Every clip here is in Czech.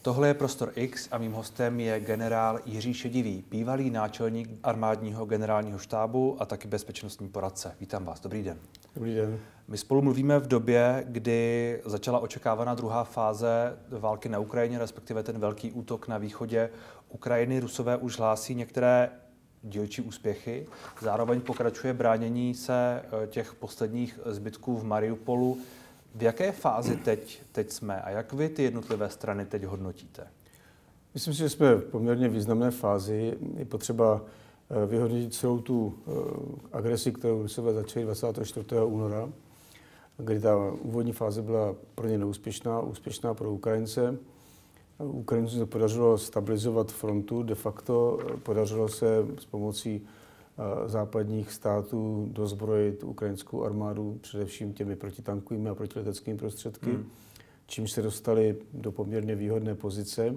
Tohle je Prostor X a mým hostem je generál Jiří Šedivý, bývalý náčelník armádního generálního štábu a taky bezpečnostní poradce. Vítám vás, dobrý den. Dobrý den. My spolu mluvíme v době, kdy začala očekávaná druhá fáze války na Ukrajině, respektive ten velký útok na východě Ukrajiny. Rusové už hlásí některé dílčí úspěchy. Zároveň pokračuje bránění se těch posledních zbytků v Mariupolu. V jaké fázi teď jsme a jak vy ty jednotlivé strany teď hodnotíte? Myslím si, že jsme v poměrně významné fázi. Je potřeba vyhodnotit celou tu agresi, kterou Rusové začali 24. února, kdy ta úvodní fáze byla pro ně neúspěšná, úspěšná pro Ukrajince. Ukrajincům se podařilo stabilizovat frontu, de facto podařilo se s pomocí západních států dozbrojit ukrajinskou armádu především těmi protitankovými a protileteckými prostředky, čímž se dostali do poměrně výhodné pozice.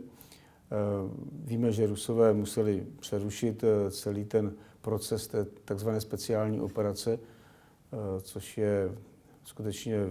Víme, že Rusové museli přerušit celý ten proces té takzvané speciální operace, což je skutečně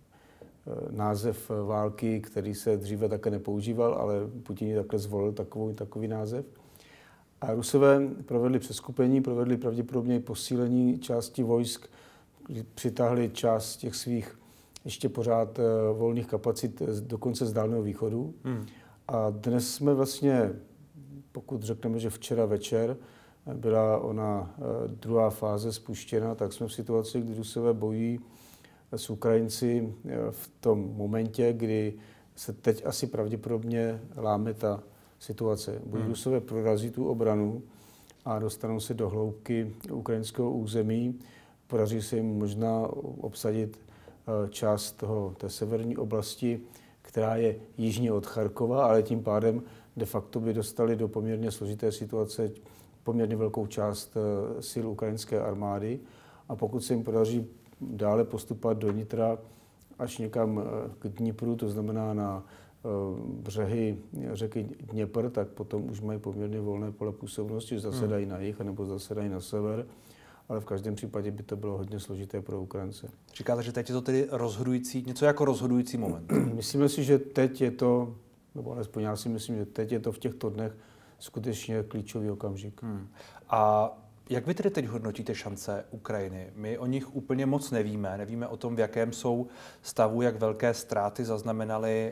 název války, který se dříve také nepoužíval, ale Putin ji takhle zvolil takový název. A Rusové provedli přeskupení, provedli pravděpodobně posílení části vojsk, přitáhli část těch svých ještě pořád volných kapacit dokonce z Dálného východu. A dnes jsme vlastně, pokud řekneme, že včera večer byla ona druhá fáze spuštěna, tak jsme v situaci, kdy Rusové bojují s Ukrajinci v tom momentě, kdy se teď asi pravděpodobně láme ta situace. Rusové prorazí tu obranu a dostanou se do hloubky ukrajinského území. Podaří se jim možná obsadit část té severní oblasti, která je jižně od Charkova, ale tím pádem de facto by dostali do poměrně složité situace poměrně velkou část sil ukrajinské armády. A pokud se jim podaří dále postupovat do nitra až někam k Dnipru, to znamená na břehy řeky Dněpr, tak potom už mají poměrně volné pole působnosti, že zasedají na jih nebo zasedají na sever, ale v každém případě by to bylo hodně složité pro Ukrajince. Říkáte, že teď je to tedy rozhodující, něco jako rozhodující moment? Myslíme si, že teď je to, nebo alespoň já si myslím, že teď je to v těchto dnech skutečně klíčový okamžik. A jak vy tedy teď hodnotíte šance Ukrajiny? My o nich úplně moc nevíme. Nevíme o tom, v jakém jsou stavu, jak velké ztráty zaznamenali.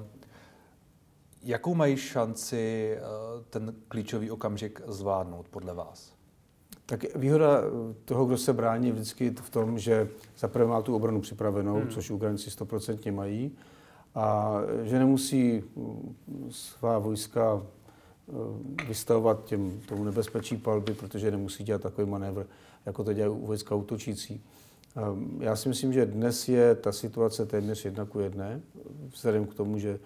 Jakou mají šanci ten klíčový okamžik zvládnout podle vás? Tak výhoda toho, kdo se brání, je vždycky v tom, že zaprvé má tu obranu připravenou, což Ukrajinci 100% mají, a že nemusí svá vojska vystavovat tomu nebezpečí palby, protože nemusí dělat takový manévr, jako to dělají vojska útočící. Já si myslím, že dnes je ta situace téměř 1:1, vzhledem k tomu, že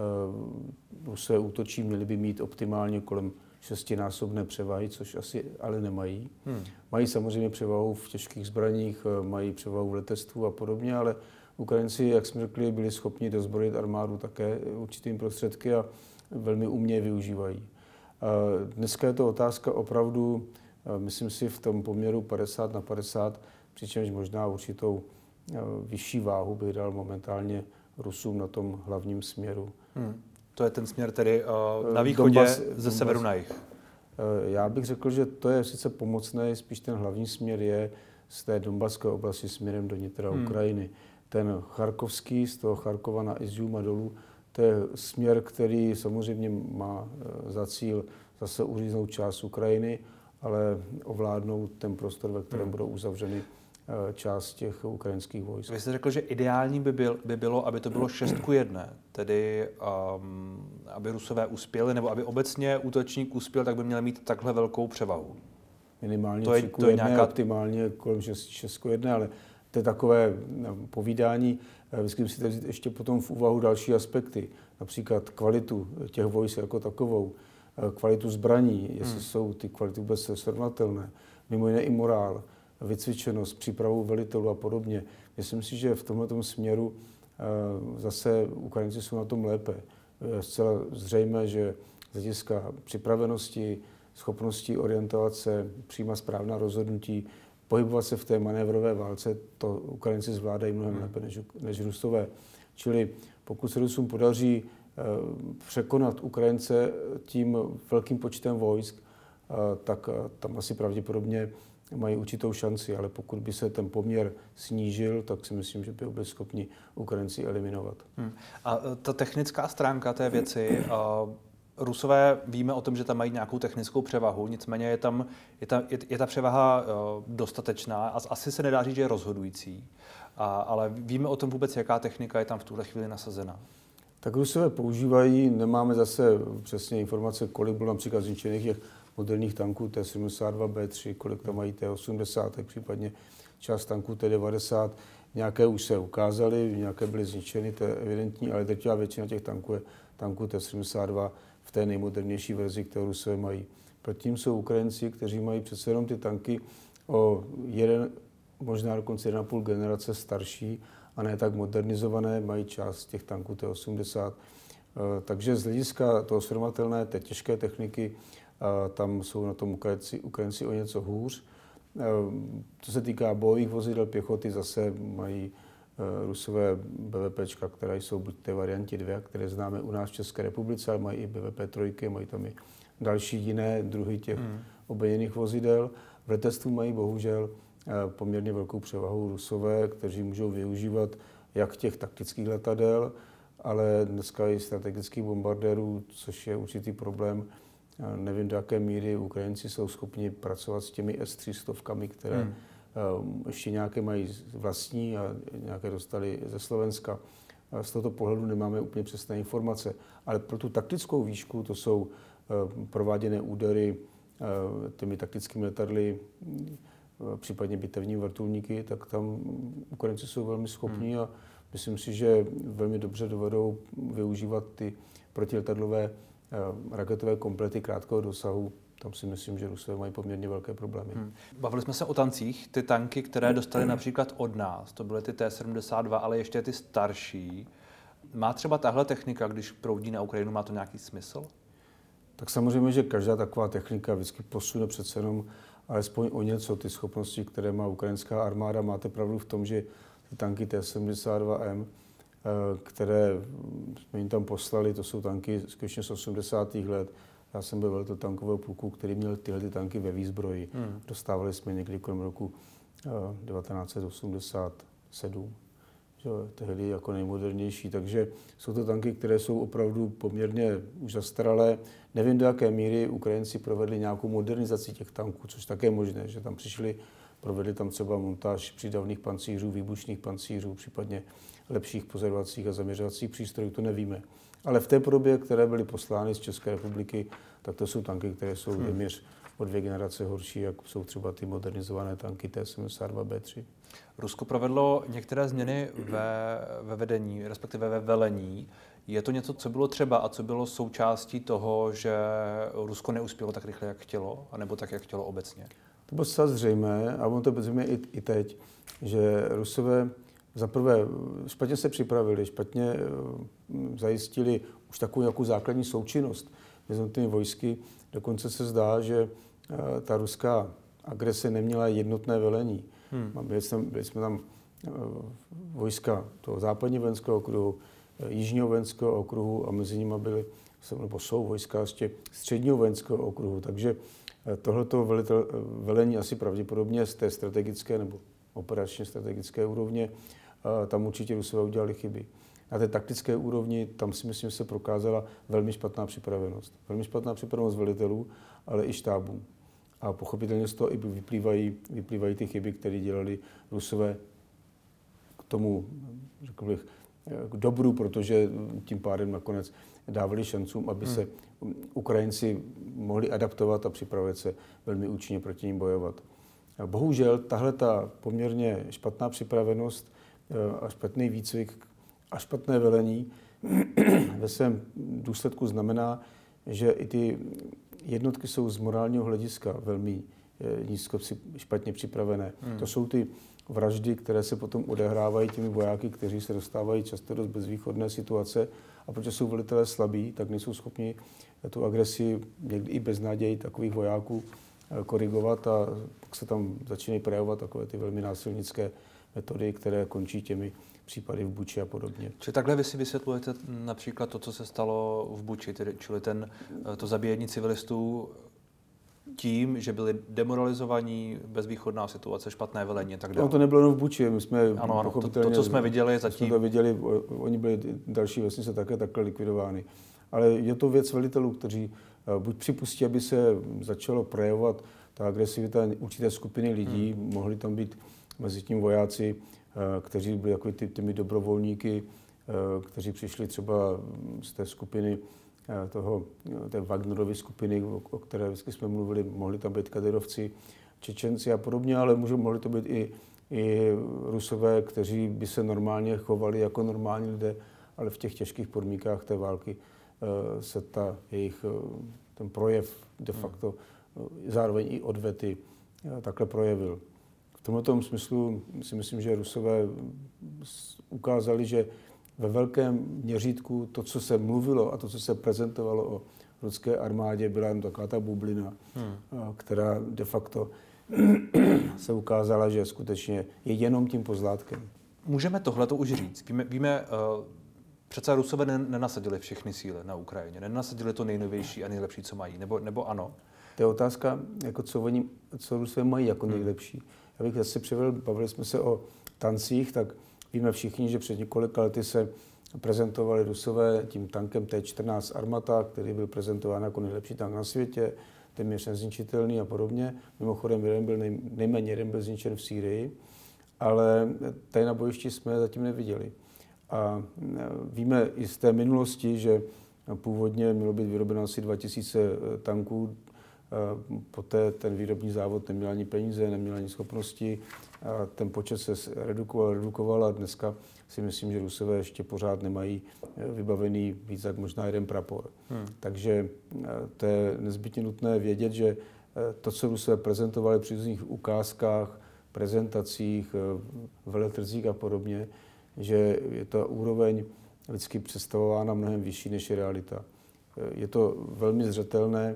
Rusové útočí, měli by mít optimálně kolem 6násobné převahy, což asi ale nemají. Mají samozřejmě převahu v těžkých zbraních, mají převahu v letectvu a podobně, ale Ukrajinci, jak jsme řekli, byli schopni dozbrojit armádu také určitými prostředky a velmi umně je využívají. Dneska je to otázka opravdu, myslím si, v tom poměru 50-50, přičemž možná určitou vyšší váhu bych dal momentálně Rusům na tom hlavním směru. To je ten směr tedy na východě ze severu na jih. Já bych řekl, že to je sice pomocné, spíš ten hlavní směr je z té Donbaské oblasti směrem do nitra Ukrajiny. Ten charkovský, z toho Charkova na Izjum a dolů, to je směr, který samozřejmě má za cíl zase uříznout část Ukrajiny, ale ovládnout ten prostor, ve kterém budou uzavřeny část těch ukrajinských vojsk. Vy jste řekl, že ideální by bylo, aby to bylo 6:1, tedy aby Rusové uspěli, nebo aby obecně útočník uspěl, tak by měl mít takhle velkou převahu. Minimálně 3:1, optimálně kolem 6:1, ale to je takové povídání. Vždycky si vzít ještě potom v úvahu další aspekty, například kvalitu těch vojsk jako takovou, kvalitu zbraní, jestli jsou ty kvality vůbec srovnatelné, mimo jiné i morál, vycvičenost, přípravu velitelů a podobně. Myslím si, že v tomto směru zase Ukrajinci jsou na tom lépe. Je zcela zřejmé, že z hlediska připravenosti, schopnosti orientovat se, přijímat správná rozhodnutí, pohybovat se v té manévrové válce, to Ukrajinci zvládají mnohem lépe než Rusové. Čili pokud se Rusům podaří překonat Ukrajince tím velkým počtem vojsk, tak tam asi pravděpodobně mají určitou šanci, ale pokud by se ten poměr snížil, tak si myslím, že by byli schopni Ukrajinci eliminovat. A ta technická stránka té věci, Rusové víme o tom, že tam mají nějakou technickou převahu, nicméně je ta převaha dostatečná a asi se nedá říct, že je rozhodující. Ale víme o tom vůbec, jaká technika je tam v tuhle chvíli nasazena. Tak Rusové používají, nemáme zase přesně informace, kolik bylo například zničených těch moderních tanků T-72B3, kolik tam mají T-80, případně část tanků T-90. Nějaké už se ukázaly, nějaké byly zničeny, to je evidentní, ale drtivá většina těch tanků je tanků T-72 v té nejmodernější verzi, kterou Rusové mají. Předtím jsou Ukrajinci, kteří mají přece jenom ty tanky o jeden, možná dokonce 1,5 generace starší a ne tak modernizované, mají část těch tanků T-80. Takže z hlediska toho srovnatelné, té těžké techniky, tam jsou na tom Ukrajinci o něco hůř. Co se týká bojových vozidel pěchoty, zase mají Rusové BVPčka, které jsou buď té variantě 2, které známe u nás v České republice, ale mají i BVP3, mají tam i další jiné druhy těch obrněných vozidel. V letectvu mají bohužel poměrně velkou převahu Rusové, kteří můžou využívat jak těch taktických letadel, ale dneska i strategických bombardérů, což je určitý problém. Nevím, do jaké míry Ukrajinci jsou schopni pracovat s těmi S-300, které ještě nějaké mají vlastní a nějaké dostali ze Slovenska. Z tohoto pohledu nemáme úplně přesné informace. Ale pro tu taktickou výšku to jsou prováděné údery těmi taktickými letadly, případně bitevní vrtulníky, tak tam Ukrajinci jsou velmi schopní a myslím si, že velmi dobře dovedou využívat ty protiletadlové raketové komplety krátkého dosahu. Tam si myslím, že Rusové mají poměrně velké problémy. Bavili jsme se o tancích. Ty tanky, které dostali například od nás, to byly ty T-72, ale ještě ty starší. Má třeba tahle technika, když proudí na Ukrajinu, má to nějaký smysl? Tak samozřejmě, že každá taková technika vždycky posune přece jenom alespoň o něco ty schopnosti, které má ukrajinská armáda. Máte pravdu v tom, že ty tanky T-72M, které jsme jim tam poslali, to jsou tanky skutečně z 80. let. Já jsem byl velitel tankového pluku, který měl tyhle ty tanky ve výzbroji. Dostávali jsme někdy kolem roku 1987, že tehdy jako nejmodernější. Takže jsou to tanky, které jsou opravdu poměrně už zastaralé. Nevím, do jaké míry Ukrajinci provedli nějakou modernizaci těch tanků, což také je možné, že tam přišli, provedli tam třeba montáž přídavných pancířů, výbušných pancířů, případně lepších pozorovacích a zaměřovacích přístrojů, to nevíme. Ale v té podobě, které byly poslány z České republiky, tak to jsou tanky, které jsou téměř o 2 generace horší, jak jsou třeba ty modernizované tanky T-72B3. Rusko provedlo některé změny ve vedení, respektive ve velení. Je to něco, co bylo třeba a co bylo součástí toho, že Rusko neuspělo tak rychle, jak chtělo, anebo tak, jak chtělo obecně? To bylo zcela zřejmé, a ono to je zřejmě i teď, že Rusové zaprvé špatně se připravili, špatně zajistili už takovou nějakou základní součinnost mezi těmi vojsky. Dokonce se zdá, že ta ruská agrese neměla jednotné velení. Byli jsme tam vojska toho západního vojenského okruhu, jižního vojenského okruhu a mezi nimi jsou vojska ještě středního vojenského okruhu. Takže tohleto velení asi pravděpodobně z té strategické nebo operačně strategické úrovně, tam určitě Rusové udělali chyby. Na té taktické úrovni, tam si myslím, že se prokázala velmi špatná připravenost. Velmi špatná připravenost velitelů, ale i štábů. A pochopitelně z toho i vyplývají ty chyby, které dělali Rusové k tomu, řekl bych, k dobru, protože tím pádem nakonec dávali šancům, aby se Ukrajinci mohli adaptovat a připravit se velmi účinně proti nim bojovat. Bohužel tahle ta poměrně špatná připravenost a špatný výcvik a špatné velení ve svém důsledku znamená, že i ty jednotky jsou z morálního hlediska velmi špatně připravené. To jsou ty vraždy, které se potom odehrávají těmi vojáky, kteří se dostávají často do bezvýchodné situace a protože jsou velitelé slabí, tak nejsou schopni tu agresi někdy i bez naději takových vojáků korigovat a pak se tam začínají projevovat takové ty velmi násilnické metody, které končí těmi případy v Buči a podobně. Čili takhle vy si vysvětlujete například to, co se stalo v Buči, čili to zabíjení civilistů tím, že byli demoralizovaní, bezvýchodná situace, špatné velení a tak dále. No to nebylo jenom v Buči, my jsme ano, to, co jsme viděli zatím. Jsme to viděli, oni byli další vesnice také takhle likvidovány. Ale je to věc velitelů, kteří buď připustí, aby se začalo projevovat ta agresivita určité skupiny lidí, mohli tam být mezi tím vojáci, kteří byli jako těmi dobrovolníky, kteří přišli třeba z té skupiny té Wagnerovy skupiny, o které vždycky jsme mluvili, mohli tam být kadyrovci, Čečenci a podobně, ale mohli to být i Rusové, kteří by se normálně chovali jako normální lidé, ale v těch těžkých podmínkách té války se ten projev de facto zároveň i odvety takhle projevil. V tomto smyslu si myslím, že Rusové ukázali, že ve velkém měřítku to, co se mluvilo a to, co se prezentovalo o ruské armádě, byla jen taková ta bublina, která de facto se ukázala, že skutečně je jenom tím pozlátkem. Můžeme tohleto už říct. Víme přece Rusové nenasadili všechny síly na Ukrajině. Nenasadili to nejnovější a nejlepší, co mají. Nebo ano? To je otázka, jako co Rusové mají jako nejlepší. Já bych zase bavili jsme se o tancích, tak víme všichni, že před několika lety se prezentovali Rusové tím tankem T-14 Armata, který byl prezentován jako nejlepší tank na světě, téměř nezničitelný a podobně. Mimochodem, nejméně jeden byl zničen v Sýrii, ale tady na bojišti jsme zatím neviděli. A víme i z té minulosti, že původně mělo být vyrobeno asi 2000 tanků, poté ten výrobní závod neměl ani peníze, neměl ani schopnosti a ten počet se redukoval a dneska si myslím, že Rusové ještě pořád nemají vybavený víc jak možná jeden prapor. Takže to je nezbytně nutné vědět, že to, co Rusové prezentovali při různých ukázkách, prezentacích, veletrzích a podobně, že je ta úroveň vždycky představována mnohem vyšší, než je realita. Je to velmi zřetelné.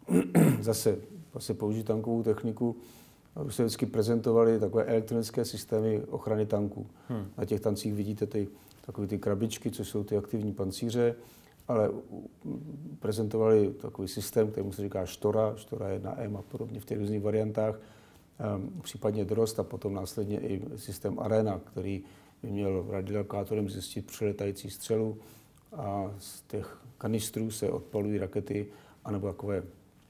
Zase použít tankovou techniku. Rusové vždycky prezentovali takové elektronické systémy ochrany tanků. Na těch tancích vidíte takové ty krabičky, což jsou ty aktivní pancíře, ale prezentovali takový systém, který se říká Štora 1M a podobně v těch různých variantách, případně Drost a potom následně i systém Arena, který by měl radiolokátorem zjistit přiletající střelu a z těch kanistrů se odpalují rakety anebo takové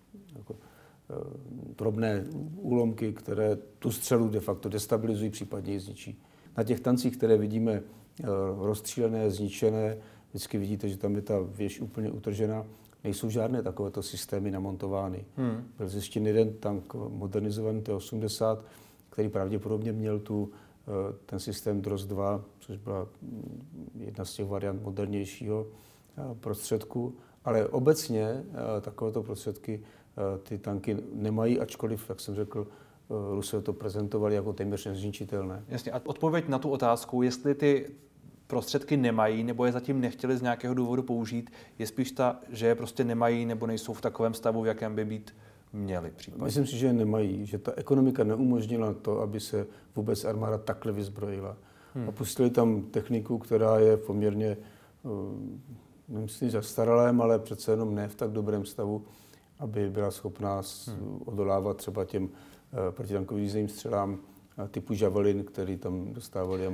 drobné úlomky, které tu střelu de facto destabilizují, případně ji zničí. Na těch tancích, které vidíme rozstřílené, zničené, vždycky vidíte, že tam je ta věž úplně utržená. Nejsou žádné takovéto systémy namontovány. Byl zjištěn jeden tank modernizovaný T-80, který pravděpodobně měl ten systém Drost 2, což byla jedna z těch variant modernějšího prostředku. Ale obecně takovéto prostředky ty tanky nemají, ačkoliv, jak jsem řekl, Rusové to prezentovali jako téměř nezničitelné. Jasně. A odpověď na tu otázku, jestli ty prostředky nemají nebo je zatím nechtěli z nějakého důvodu použít, je spíš ta, že je prostě nemají nebo nejsou v takovém stavu, v jakém by být měli případně. Myslím si, že je nemají, že ta ekonomika neumožnila to, aby se vůbec armáda takhle vyzbrojila. A pustili tam techniku, která je poměrně, nemyslím, zastaralém, ale přece jenom ne v tak dobrém stavu, aby byla schopná odolávat třeba těm protitankovým řízeným střelám typu Javelin, který tam dostávali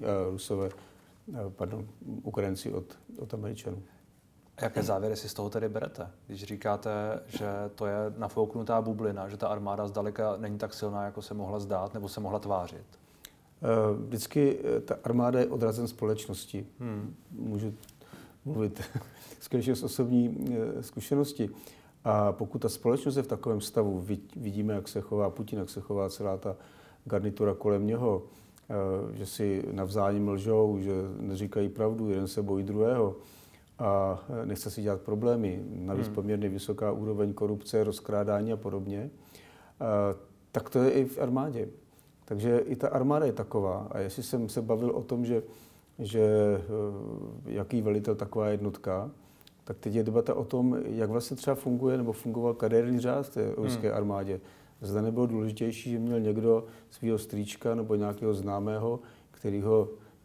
Ukrajinci od Američanů. A jaké závěry si z toho tedy berete, když říkáte, že to je nafouknutá bublina, že ta armáda zdaleka není tak silná, jako se mohla zdát nebo se mohla tvářit? Vždycky ta armáda je odrazem společnosti. Můžu mluvit skutečně z osobní zkušenosti. A pokud ta společnost je v takovém stavu, vidíme, jak se chová Putin, jak se chová celá ta garnitura kolem něho, že si navzájem lžou, že neříkají pravdu, jeden se bojí druhého a nechce si dělat problémy. Navíc poměrně vysoká úroveň korupce, rozkrádání a podobně. Tak to je i v armádě. Takže i ta armáda je taková. A jestli jsem se bavil o tom, že jaký velitel taková jednotka, tak teď je debata o tom, jak vlastně třeba funguje nebo fungoval kariérní řád v té ruské armádě. Zda nebylo důležitější, že měl někdo svého strýčka nebo nějakého známého, který ho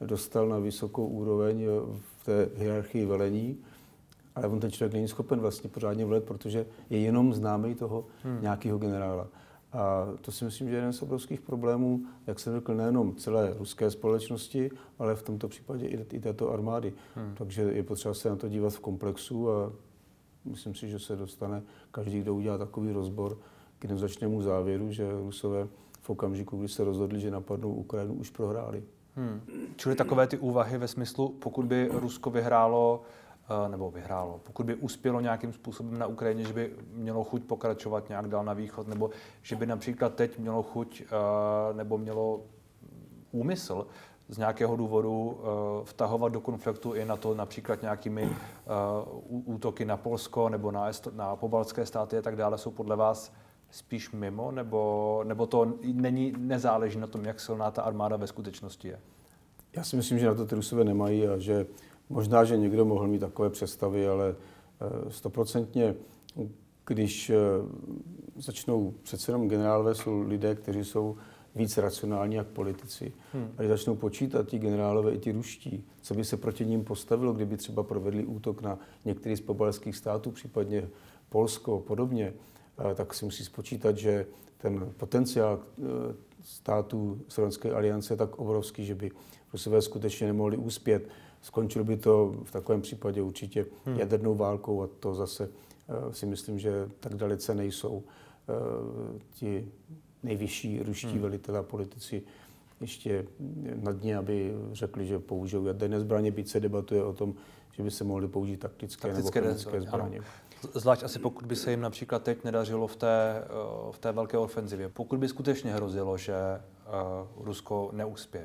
dostal na vysokou úroveň v té hierarchii velení, ale on ten člověk není schopen vlastně pořádně velet, protože je jenom známý toho nějakého generála. A to si myslím, že je jeden z obrovských problémů, jak jsem řekl, nejenom celé ruské společnosti, ale v tomto případě i této armády. Takže je potřeba se na to dívat v komplexu a myslím si, že se dostane každý, kdo udělá takový rozbor k jednoznačnému závěru, že Rusové v okamžiku, kdy se rozhodli, že napadnou Ukrajinu, už prohráli. Čili takové ty úvahy ve smyslu, pokud by Rusko vyhrálo, pokud by uspělo nějakým způsobem na Ukrajině, že by mělo chuť pokračovat nějak dál na východ, nebo že by například teď mělo chuť nebo mělo úmysl z nějakého důvodu vtahovat do konfliktu i na to například nějakými útoky na Polsko nebo na pobaltské státy a tak dále, jsou podle vás spíš mimo, nebo to nezáleží na tom, jak silná ta armáda ve skutečnosti je? Já si myslím, že na to ty Rusové nemají a že možná, že někdo mohl mít takové představy, ale 100%, když začnou přece jenom generálové, jsou lidé, kteří jsou víc racionální jak politici. A když začnou počítat ti generálové i ti ruští, co by se proti ním postavilo, kdyby třeba provedli útok na některý z pobaltských států, případně Polsko a podobně, tak si musí spočítat, že ten potenciál států Severoatlantické aliance je tak obrovský, že by Rusové skutečně nemohli uspět. Skončilo by to v takovém případě určitě jadernou válkou a to zase si myslím, že tak dalece nejsou ti nejvyšší ruští velitelé a politici ještě na dně, aby řekli, že použijou jaderné zbraně, byť se debatuje o tom, že by se mohly použít taktické nebo chemické zbraně. Ano. Zvlášť asi pokud by se jim například teď nedařilo v té velké ofenzivě. Pokud by skutečně hrozilo, že Rusko neuspěje.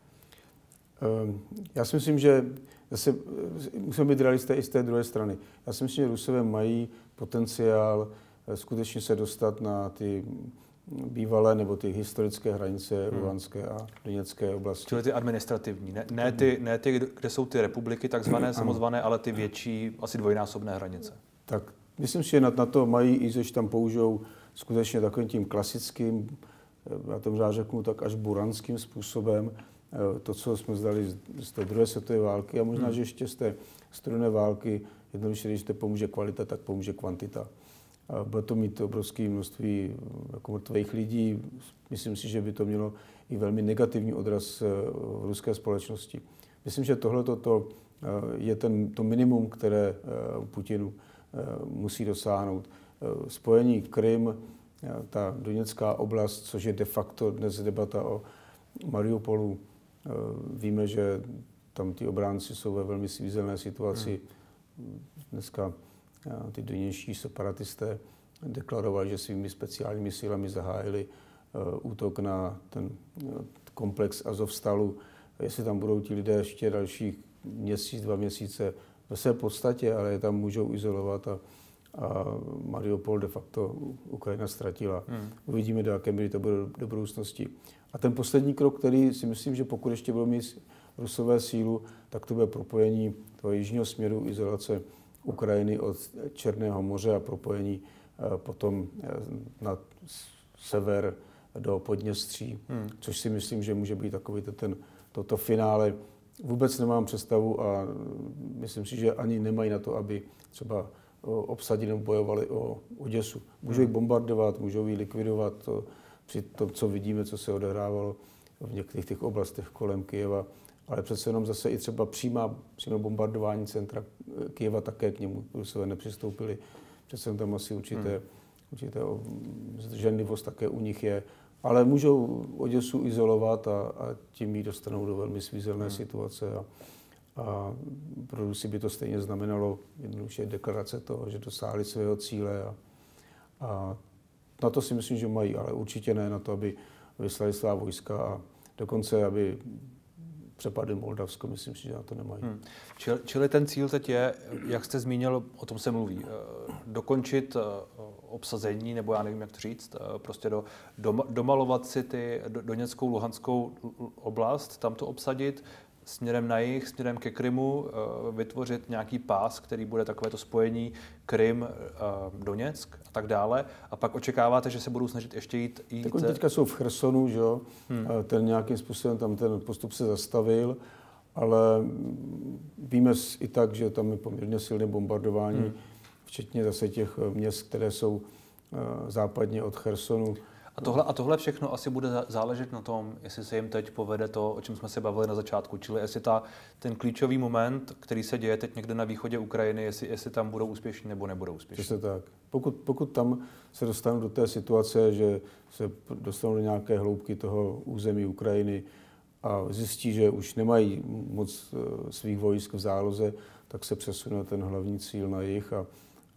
Já si myslím, že zase musíme být realisté i z té druhé strany. Já si myslím, že Rusové mají potenciál skutečně se dostat na ty bývalé nebo ty historické hranice Luhanské a Doněcké oblasti. Čili ty administrativní, ne ty, kde jsou ty republiky takzvané, samozvané, ale ty větší, asi dvojnásobné hranice. Tak myslím si, že na to mají, i když tam použijou skutečně takovým tím klasickým, já to možná řeknu tak až buranským způsobem, to, co jsme zdali z té druhé světové války a možná, že ještě z té studené války, jednoduše, když to pomůže kvalita, tak pomůže kvantita. A bude to mít obrovské množství jako mrtvých lidí. Myslím si, že by to mělo i velmi negativní odraz v ruské společnosti. Myslím, že tohle je to minimum, které Putinu musí dosáhnout. Spojení Krym, ta Doněcká oblast, což je de facto dnes debata o Mariupolu. Víme, že tam ty obránci jsou ve velmi svízelné situaci. Dneska ty doněčtí separatisté deklarovali, že svými speciálními sílami zahájili útok na ten komplex Azovstalu. Jestli tam budou ti lidé ještě dalších měsíc, 2 měsíce ve své podstatě, ale je tam můžou izolovat a Mariupol de facto Ukrajina ztratila. Uvidíme, do jaké míry to bude do budoucnosti. A ten poslední krok, který si myslím, že pokud ještě budou mít Rusové sílu, tak to bude propojení toho jižního směru izolace Ukrajiny od Černého moře a propojení potom na sever do Podněstří, což si myslím, že může být takový toto finále. Vůbec nemám představu a myslím si, že ani nemají na to, aby třeba obsadili nebo bojovali o Oděsu. Můžou ji bombardovat, můžou ji likvidovat při tom, co vidíme, co se odehrávalo v některých těch oblastech kolem Kyjeva, ale přece jenom zase i třeba přímé bombardování centra Kyjeva také k němu Rusové nepřistoupili. Přece jenom tam asi určité zdrženlivost také u nich je. Ale můžou Oděsu izolovat a tím ji dostanou do velmi svízelné situace. A pro Rusy by to stejně znamenalo jednoduše deklarace toho, že dosáhli svého cíle. A na to si myslím, že mají, ale určitě ne na to, aby vyslali svá vojska a dokonce, aby přepadli Moldavsko, myslím si, že na to nemají. Čili ten cíl teď je, jak jste zmínil, o tom se mluví, dokončit obsazení, nebo já nevím, jak to říct, prostě domalovat si ty Doněckou, Luhanskou oblast, tam to obsadit, směrem na jih, směrem ke Krymu, vytvořit nějaký pás, který bude takovéto spojení Krym, Doněck a tak dále. A pak očekáváte, že se budou snažit ještě jít... Tak oni teďka jsou v Chersonu, že jo? Ten nějakým způsobem tam ten postup se zastavil ale víme i tak, že tam je poměrně silné bombardování, včetně zase těch měst, které jsou západně od Chersonu. A tohle všechno asi bude záležet na tom, jestli se jim teď povede to, o čem jsme se bavili na začátku, čili jestli ten klíčový moment, který se děje teď někde na východě Ukrajiny, jestli tam budou úspěšní nebo nebudou úspěšní. Přesně tak. Pokud tam se dostanou do té situace, že se dostanou do nějaké hloubky toho území Ukrajiny a zjistí, že už nemají moc svých vojsk v záloze, tak se přesune ten hlavní cíl na jih a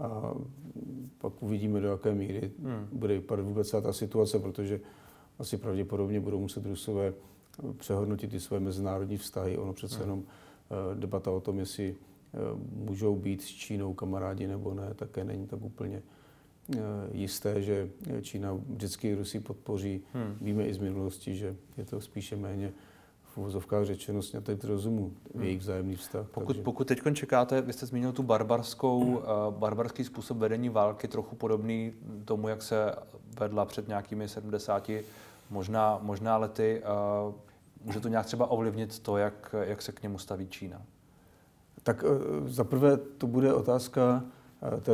pak uvidíme, do jaké míry bude vypadat vůbec ta situace, protože asi pravděpodobně budou muset Rusové přehodnotit i své mezinárodní vztahy. Ono přece jenom debata o tom, jestli můžou být s Čínou kamarádi nebo ne, také není tak úplně jisté, že Čína vždycky Rusy podpoří. Víme i z minulosti, že je to spíše méně v uvozovkách řečeno sňatek rozumu, jejich vzájemný vztah. Pokud teď čekáte, vy jste zmínil tu barbarský způsob vedení války, trochu podobný tomu, jak se vedla před nějakými 70 možná lety. Může to nějak třeba ovlivnit to, jak se k němu staví Čína? Tak zaprvé to bude otázka té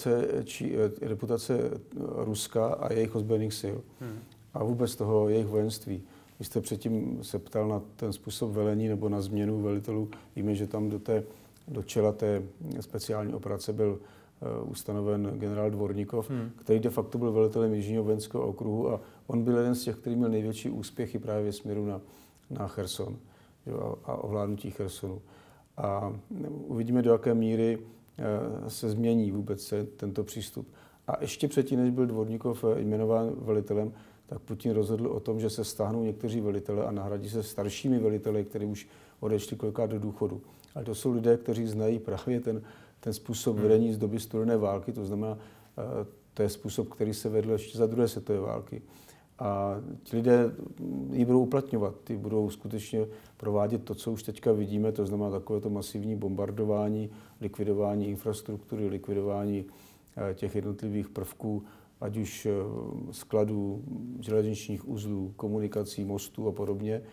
reputace Ruska a jejich ozbrojených sil. A vůbec toho jejich vojenství. Když jste předtím se ptal na ten způsob velení nebo na změnu velitelů, víme, že tam do čela té speciální operace byl ustanoven generál Dvorníkov, který de facto byl velitelem Jižního vojenského okruhu a on byl jeden z těch, který měl největší úspěchy právě ve směru na Cherson a ovládnutí Chersonu. A uvidíme, do jaké míry se změní vůbec tento přístup. A ještě předtím, než byl Dvorníkov jmenován velitelem, tak Putin rozhodl o tom, že se stáhnou někteří velitelé a nahradí se staršími veliteli, kteří už odešli kolikrát do důchodu. Ale to jsou lidé, kteří znají právě ten způsob vedení z doby studené války, to znamená, to je způsob, který se vedl ještě za druhé světové války. A ti lidé ji budou uplatňovat, ty budou skutečně provádět to, co už teďka vidíme, to znamená takovéto masivní bombardování, likvidování infrastruktury, likvidování těch jednotlivých prvků, ať už skladů, železničních uzlů, komunikací, mostů a podobně.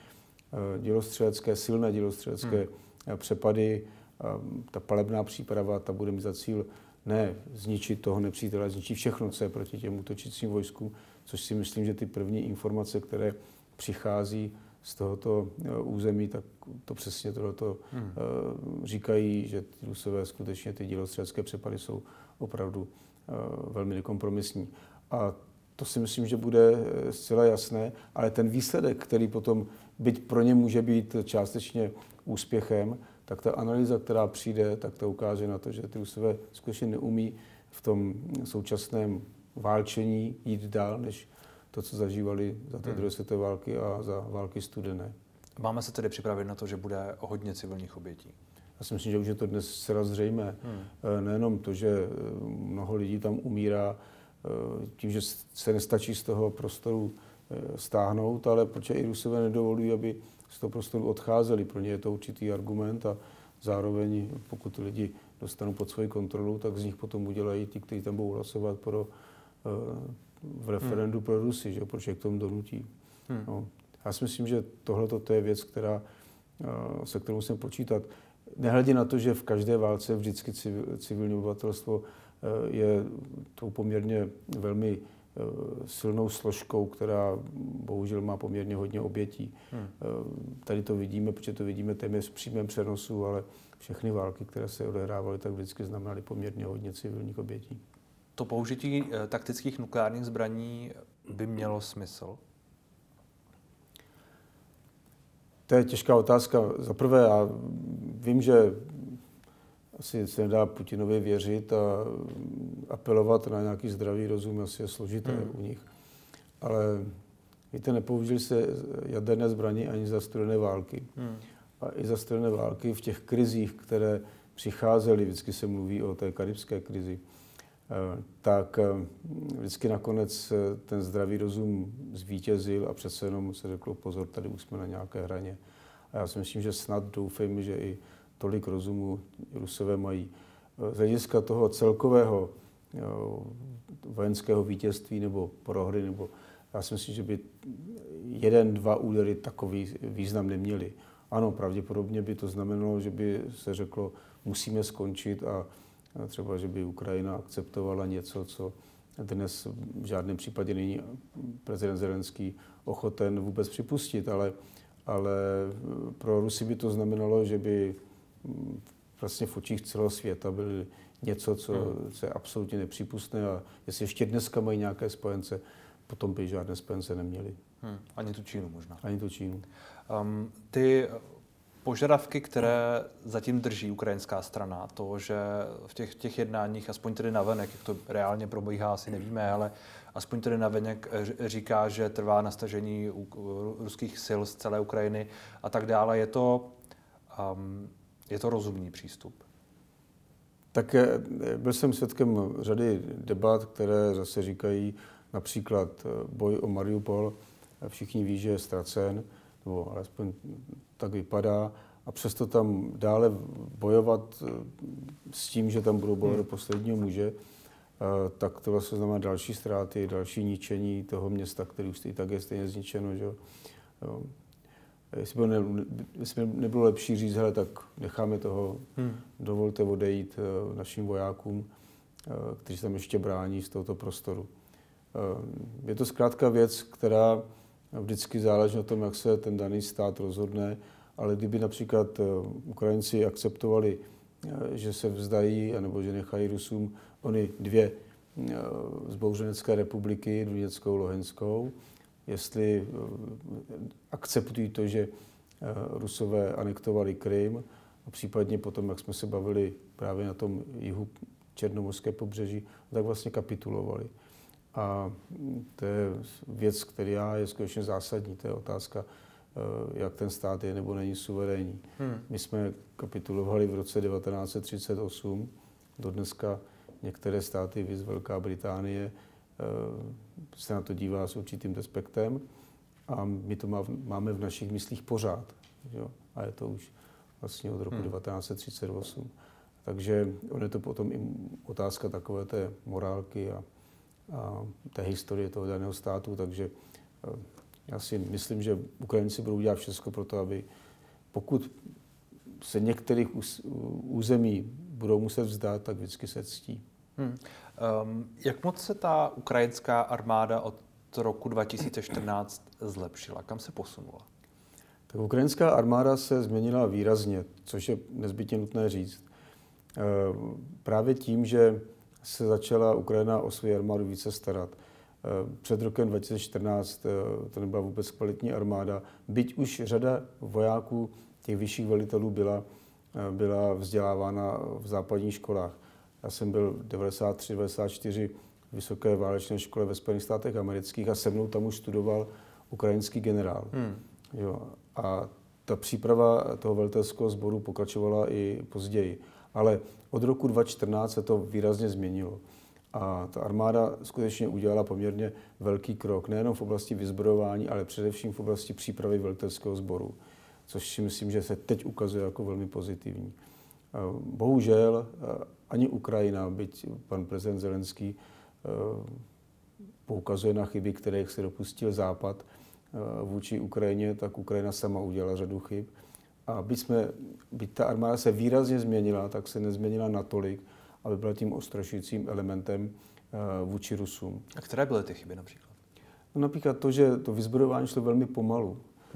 Silné dělostřelecké přepady, ta palebná příprava, ta bude mít za cíl ne zničit toho nepřítele, ale zničit všechno, co je proti těm útočícím vojskům, což si myslím, že ty první informace, které přichází z tohoto území, tak to přesně tohleto říkají, že ty Rusové skutečně ty dělostřelecké přepady jsou opravdu velmi nekompromisní. A to si myslím, že bude zcela jasné, ale ten výsledek, který potom, byť pro ně může být částečně úspěchem, tak ta analýza, která přijde, tak to ukáže na to, že ty Rusové skutečně neumí v tom současném válčení jít dál, než to, co zažívali za té druhé světové války a za války studené. Máme se tedy připravit na to, že bude hodně civilních obětí? Já si myslím, že už je to dnes zcela zřejmé. Nejenom to, že mnoho lidí tam umírá tím, že se nestačí z toho prostoru stáhnout, ale protože i Rusové nedovolují, aby z toho prostoru odcházeli. Pro ně je to určitý argument a zároveň, pokud ty lidi dostanou pod svoji kontrolu, tak z nich potom udělají ti, kteří tam budou hlasovat v referendu pro Rusy, že? Proč je k tomu donutí. No. Já si myslím, že tohle to je věc, se kterou musíme počítat. Nehledě na to, že v každé válce vždycky civilní obyvatelstvo je tou poměrně velmi silnou složkou, která bohužel má poměrně hodně obětí. Tady to vidíme, protože to vidíme téměř v přímém přenosu, ale všechny války, které se odehrávaly, tak vždycky znamenaly poměrně hodně civilních obětí. To použití taktických nukleárních zbraní by mělo smysl? To je těžká otázka. Za prvé, já vím, že asi se nedá Putinovi věřit a apelovat na nějaký zdravý rozum, asi je složité u nich. Ale víte, nepoužili se jaderné zbraně ani za studené války. A i za studené války v těch krizích, které přicházely, vždycky se mluví o té karibské krizi, tak vždycky nakonec ten zdravý rozum zvítězil a přece jenom se řeklo, pozor, tady už jsme na nějaké hraně. A já si myslím, že snad doufejme, že i tolik rozumu Rusové mají. Z hlediska toho celkového vojenského vítězství nebo prohry, nebo já si myslím, že by 1-2 údery takový význam neměly. Ano, pravděpodobně by to znamenalo, že by se řeklo, musíme skončit a třeba, že by Ukrajina akceptovala něco, co dnes v žádném případě není prezident Zelenský ochoten vůbec připustit, ale pro Rusy by to znamenalo, že by vlastně v očích celého světa byly něco, co je absolutně nepřípustné a jestli ještě dneska mají nějaké spojence, potom by žádné spojence neměli. Ani tu Čínu možná. Ani tu Čínu. Ty požadavky, které zatím drží ukrajinská strana, to, že v těch jednáních, aspoň tedy navenek, jak to reálně probíhá, asi nevíme, ale aspoň tedy navenek říká, že trvá na stažení ruských sil z celé Ukrajiny a tak dále. Je to rozumný přístup? Tak byl jsem svědkem řady debat, které zase říkají například boj o Mariupol. Všichni ví, že je ztracen, nebo alespoň tak vypadá. A přesto tam dále bojovat s tím, že tam budou bojovat do posledního muže, tak to vlastně znamená další ztráty, další ničení toho města, který už i tak je stejně zničeno. Že? Jestli by nebylo lepší říct, hele, tak necháme toho, dovolte odejít našim vojákům, kteří se tam ještě brání z tohoto prostoru. Je to zkrátka věc, která vždycky záleží na tom, jak se ten daný stát rozhodne, ale kdyby například Ukrajinci akceptovali, že se vzdají, anebo že nechají Rusům ony dvě zbouřenecké republiky, Doněckou, Luhanskou, jestli akceptují to, že Rusové anektovali Krym a případně potom, jak jsme se bavili právě na tom jihu Černomorské pobřeží, tak vlastně kapitulovali. A to je věc, která je skutečně zásadní. To je otázka, jak ten stát je nebo není suverénní. My jsme kapitulovali v roce 1938. Dodneska některé státy, viz Velká Británie, se na to dívá s určitým respektem a my to máme v našich myslích pořád. Jo? A je to už vlastně od roku 1938. Takže on je to potom i otázka takové té morálky a té historie toho daného státu, takže já si myslím, že Ukrajinci budou dělat všechno pro to, aby pokud se některých území budou muset vzdát, tak vždycky se ctí. Jak moc se ta ukrajinská armáda od roku 2014 zlepšila? Kam se posunula? Tak ukrajinská armáda se změnila výrazně, což je nezbytně nutné říct. Právě tím, že se začala Ukrajina o svou armádu více starat. Před rokem 2014 to nebyla vůbec kvalitní armáda, byť už řada vojáků, těch vyšších velitelů byla vzdělávána v západních školách. Já jsem byl 93-94 v vysoké válečné škole ve Spojených státech amerických a se mnou tam už studoval ukrajinský generál. Jo. A ta příprava toho velitelského sboru pokračovala i později. Ale od roku 2014 se to výrazně změnilo. A ta armáda skutečně udělala poměrně velký krok, nejenom v oblasti vyzbrojování, ale především v oblasti přípravy velitelského sboru, což si myslím, že se teď ukazuje jako velmi pozitivní. Bohužel ani Ukrajina, byť pan prezident Zelenský poukazuje na chyby, kterých se dopustil Západ vůči Ukrajině, tak Ukrajina sama udělala řadu chyb. A byť ta armáda se výrazně změnila, tak se nezměnila natolik, aby byla tím ostrašujícím elementem vůči Rusům. A které byly ty chyby například? No, například to, že to vyzbrojování šlo velmi pomalu,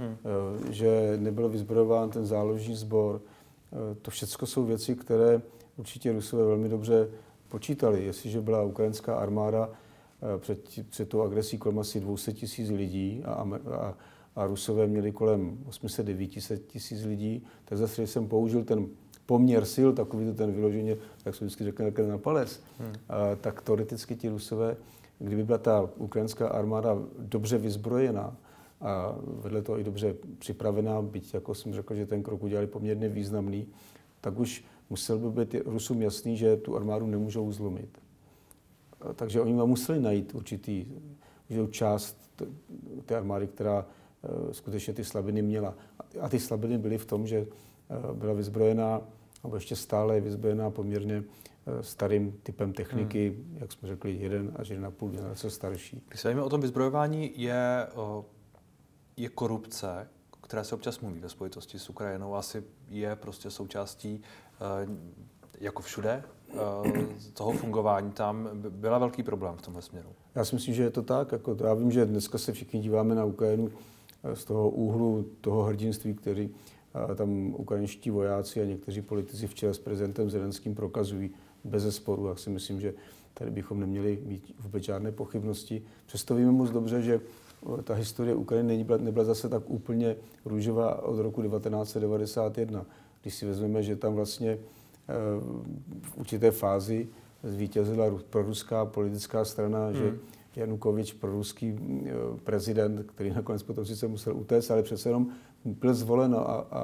že nebyl vyzbrojován ten záložní sbor. To všechno jsou věci, které určitě Rusové velmi dobře počítali. Jestliže byla ukrajinská armáda před tou agresí kolem asi 200 000 lidí a Rusové měli kolem 800-900 000 lidí, tak zase jsem použil ten poměr sil, takový ten vyloženě, jak se vždycky řekne, na palec, tak teoreticky ti Rusové, kdyby byla ta ukrajinská armáda dobře vyzbrojená a vedle toho i dobře připravená, byť jako jsem řekl, že ten krok udělali poměrně významný, tak už musel by být Rusům jasný, že tu armádu nemůžou zlomit. Takže oni museli najít určitou část té armády, která skutečně ty slabiny měla. A ty slabiny byly v tom, že byla vyzbrojená, nebo ještě stále je vyzbrojená poměrně starým typem techniky, jak jsme řekli, 1 až 1,5 generace starší. Když se bavíme o tom vyzbrojování, je korupce které se občas mluví ve spojitosti s Ukrajinou, asi je prostě součástí, jako všude, toho fungování tam byla velký problém v tomhle směru. Já si myslím, že je to tak. Já vím, že dneska se všichni díváme na Ukrajinu z toho úhlu toho hrdinství, který tam ukrajinští vojáci a někteří politici v čele s prezidentem Zelenským prokazují bezesporu. Já si myslím, že tady bychom neměli mít vůbec žádné pochybnosti. Přesto víme moc dobře, že ta historie Ukrajiny nebyla zase tak úplně růžová od roku 1991. Když si vezmeme, že tam vlastně v určité fázi zvítězila proruská politická strana, že Janukovič, proruský prezident, který nakonec potom sice musel utéct, ale přece jenom byl zvolen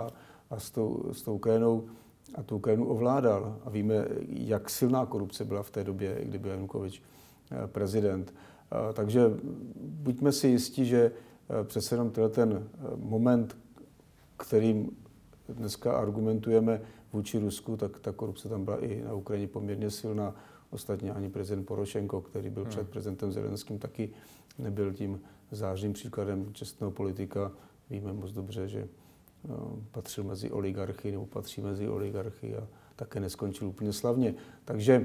a s tou Ukrajinou a tu Ukrajinu ovládal. A víme, jak silná korupce byla v té době, kdy byl Janukovič prezident. Takže buďme si jistí, že přece jenom ten moment, kterým dneska argumentujeme vůči Rusku, tak ta korupce tam byla i na Ukrajině poměrně silná. Ostatně ani prezident Porošenko, který byl před prezidentem Zelenským, taky nebyl tím zářným příkladem čestného politika. Víme moc dobře, že patřil mezi oligarchy nebo patří mezi oligarchy a také neskončil úplně slavně. Takže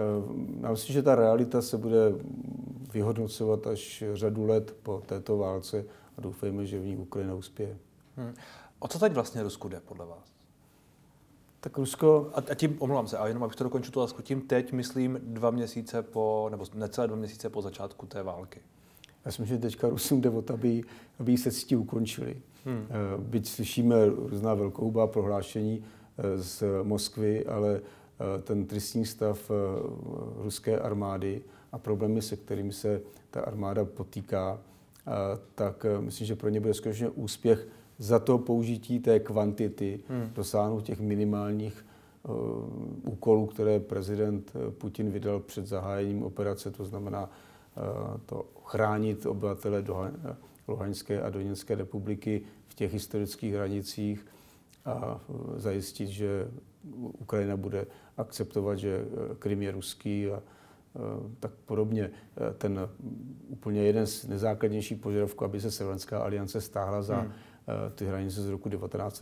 já myslím, že ta realita se bude vyhodnocovat až řadu let po této válce a doufejme, že v ní Ukrajina uspěje. O co teď vlastně Rusku jde podle vás? Tak Rusko... A tím, omlouvám se, a jenom abych to dokončil tu otázku, tím teď myslím 2 měsíce nebo necelé 2 měsíce po začátku té války. Já si myslím, že teďka Rusům jde o to, aby se cti ukončili. Byť slyšíme různá velkohubá prohlášení z Moskvy, ale ten tristní stav ruské armády a problémy, se kterými se ta armáda potýká, tak myslím, že pro ně bude skutečně úspěch za to použití té kvantity dosáhnout těch minimálních úkolů, které prezident Putin vydal před zahájením operace, to znamená to chránit obyvatele Luhanské a Doněcké republiky v těch historických hranicích a zajistit, že Ukrajina bude akceptovat, že Krym je ruský a tak podobně. Ten úplně jeden z nejzákladnějších požadavků, aby se Severnská aliance stáhla za ty hranice z roku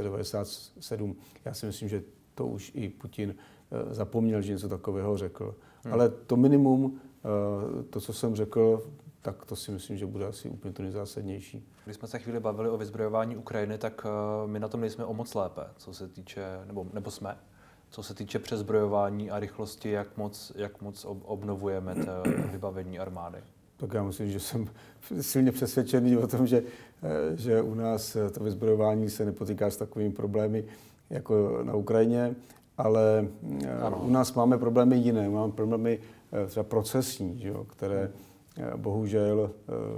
1997. Já si myslím, že to už i Putin zapomněl, že něco takového řekl. Ale to minimum, to, co jsem řekl, tak to si myslím, že bude asi úplně to nejzásadnější. Když jsme se chvíli bavili o vyzbrojování Ukrajiny, tak my na tom nejsme o moc lépe, co se týče, nebo jsme, co se týče přezbrojování a rychlosti, jak moc obnovujeme to vybavení armády. Tak já myslím, že jsem silně přesvědčený o tom, že u nás to vyzbrojování se nepotýká s takovými problémy jako na Ukrajině, ale ano. U nás máme problémy jiné. Máme problémy třeba procesní, že jo, které bohužel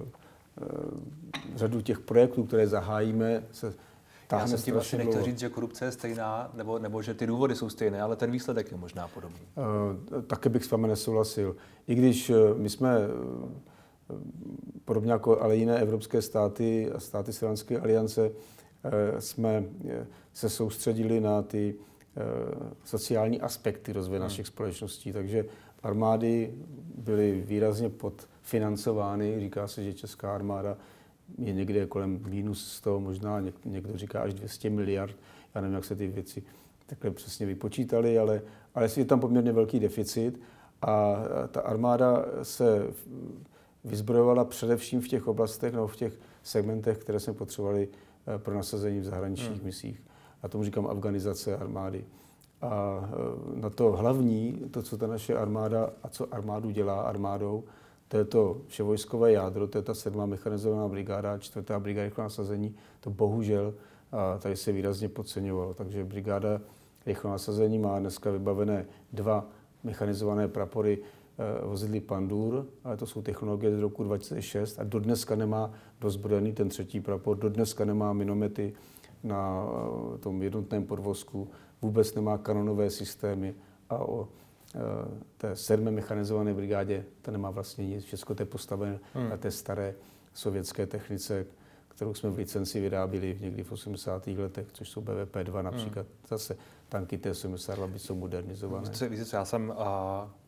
řadu těch projektů, které zahájíme, se táhne. Já se s tím asi nechci říct, že korupce je stejná, nebo že ty důvody jsou stejné, ale ten výsledek je možná podobný. Také bych s vámi nesouhlasil. I když my jsme, podobně jako ale jiné evropské státy a státy Severské aliance, jsme se soustředili na ty sociální aspekty rozvoje našich společností. Takže armády byly výrazně podfinancovány. Říká se, že česká armáda je někde kolem minus 100, možná někdo říká až 200 miliard. Já nevím, jak se ty věci takhle přesně vypočítaly, ale je tam poměrně velký deficit a ta armáda se vyzbrojovala především v těch oblastech nebo v těch segmentech, které jsme potřebovali pro nasazení v zahraničních misích. A tomu říkám afganizace armády. A na to hlavní, to, co ta naše armáda a co armádu dělá armádou, to je to vševojskové jádro, to je ta 7. mechanizovaná brigáda, 4. brigáda rychlého nasazení, to bohužel tady se výrazně podceňovalo. Takže brigáda rychlého nasazení má dneska vybavené 2 mechanizované prapory vozidly Pandur, ale to jsou technologie z roku 2006 a dodneska nemá dozbrojený ten 3. prapor, dodneska nemá minomety na tom jednotném podvozku, vůbec nemá kanonové systémy a o té 7. mechanizované brigádě to nemá vlastně nic. Všechno to je postavené na té staré sovětské technice, kterou jsme v licenci vyráběli někdy v 80. letech, což jsou BVP-2 například. Zase tanky T-72 jsou modernizované. Víte,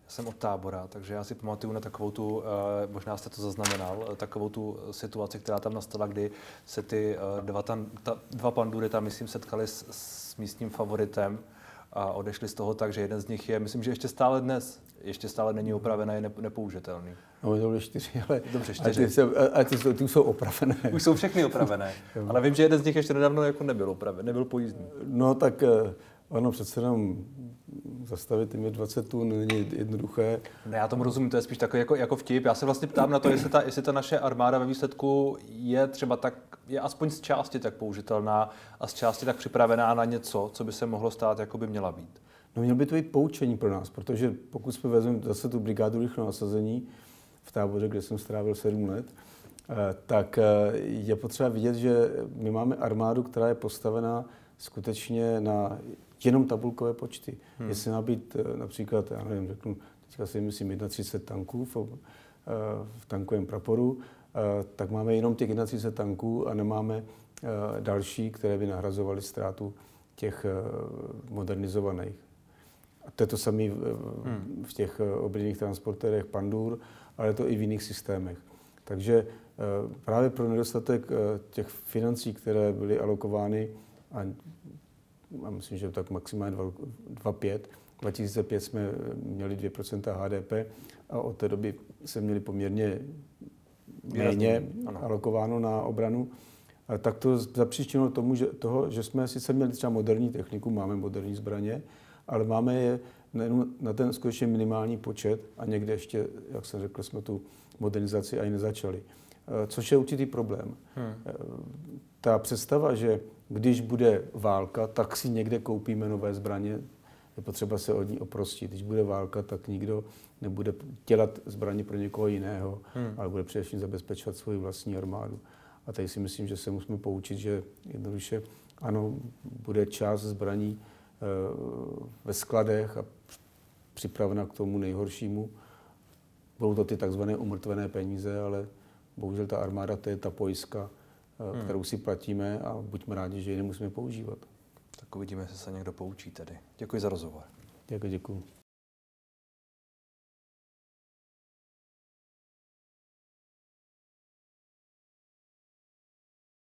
Já jsem od Tábora, takže já si pamatuju na takovou tu, možná jste to zaznamenal, takovou tu situaci, která tam nastala, kdy se ty dva pandury tam, myslím, setkali s místním favoritem a odešli z toho tak, že jeden z nich je, myslím, že ještě stále není opravený, je nepoužitelný. No, to byly 4, ale dobře, 4. Ty jsou opravené. Už jsou všechny opravené, ale vím, že jeden z nich ještě nedávno jako nebyl opravený, nebyl pojízdný. No tak ano, přece jenom zastavit jim 20 tun není jednoduché. Ne, já tomu rozumím, to je spíš takový jako vtip. Já se vlastně ptám na to, jestli ta naše armáda ve výsledku je třeba je aspoň z části tak použitelná a z části tak připravená na něco, co by se mohlo stát, jako by měla být. No mělo by to být poučení pro nás, protože pokud jsme vezmeme zase tu brigádu rychlého nasazení v Táboře, kde jsem strávil 7 let, tak je potřeba vidět, že my máme armádu, která je postavená skutečně na jenom tabulkové počty. Jestli má být například, já nevím, řeknu, teďka si myslím 31 tanků v tankovém praporu, tak máme jenom těch 31 tanků a nemáme další, které by nahrazovaly ztrátu těch modernizovaných. A to je to samé v těch obrněných transportérech Pandur, ale to i v jiných systémech. Takže právě pro nedostatek těch financí, které byly alokovány, a myslím, že tak maximálně 2,5. 2005 jsme měli 2% HDP a od té doby se měli poměrně méně alokováno na obranu. A tak to zapříčinilo toho, že jsme sice měli třeba moderní techniku, máme moderní zbraně, ale máme je na ten skutečně minimální počet a někde ještě, jak jsem řekl, jsme tu modernizaci ani nezačali. Což je určitý problém. Ta představa, že když bude válka, tak si někde koupíme nové zbraně, je potřeba se od ní oprostit. Když bude válka, tak nikdo nebude dělat zbraně pro někoho jiného, ale bude především zabezpečovat svoji vlastní armádu. A tady si myslím, že se musíme poučit, že jednoduše ano, bude část zbraní ve skladech a připravena k tomu nejhoršímu. Budou to ty takzvané umrtvené peníze, ale bohužel ta armáda, to je ta pojistka, kterou si platíme a buďme rádi, že ji nemusíme používat. Tak uvidíme, jestli se někdo poučí tedy. Děkuji za rozhovor. Děkuji.